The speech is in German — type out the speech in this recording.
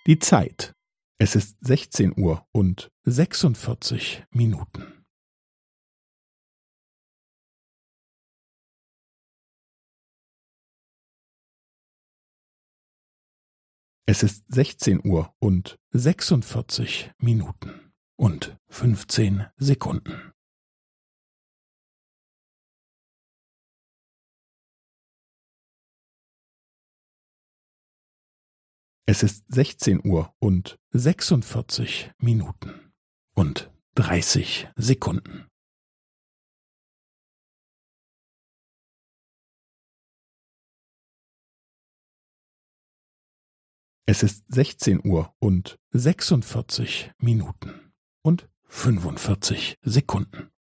Die Zeit. Es ist 16:46. Es ist 16:46 und 15 Sekunden. Es ist 16:46 und 30 Sekunden. Es ist 16:46 und 45 Sekunden.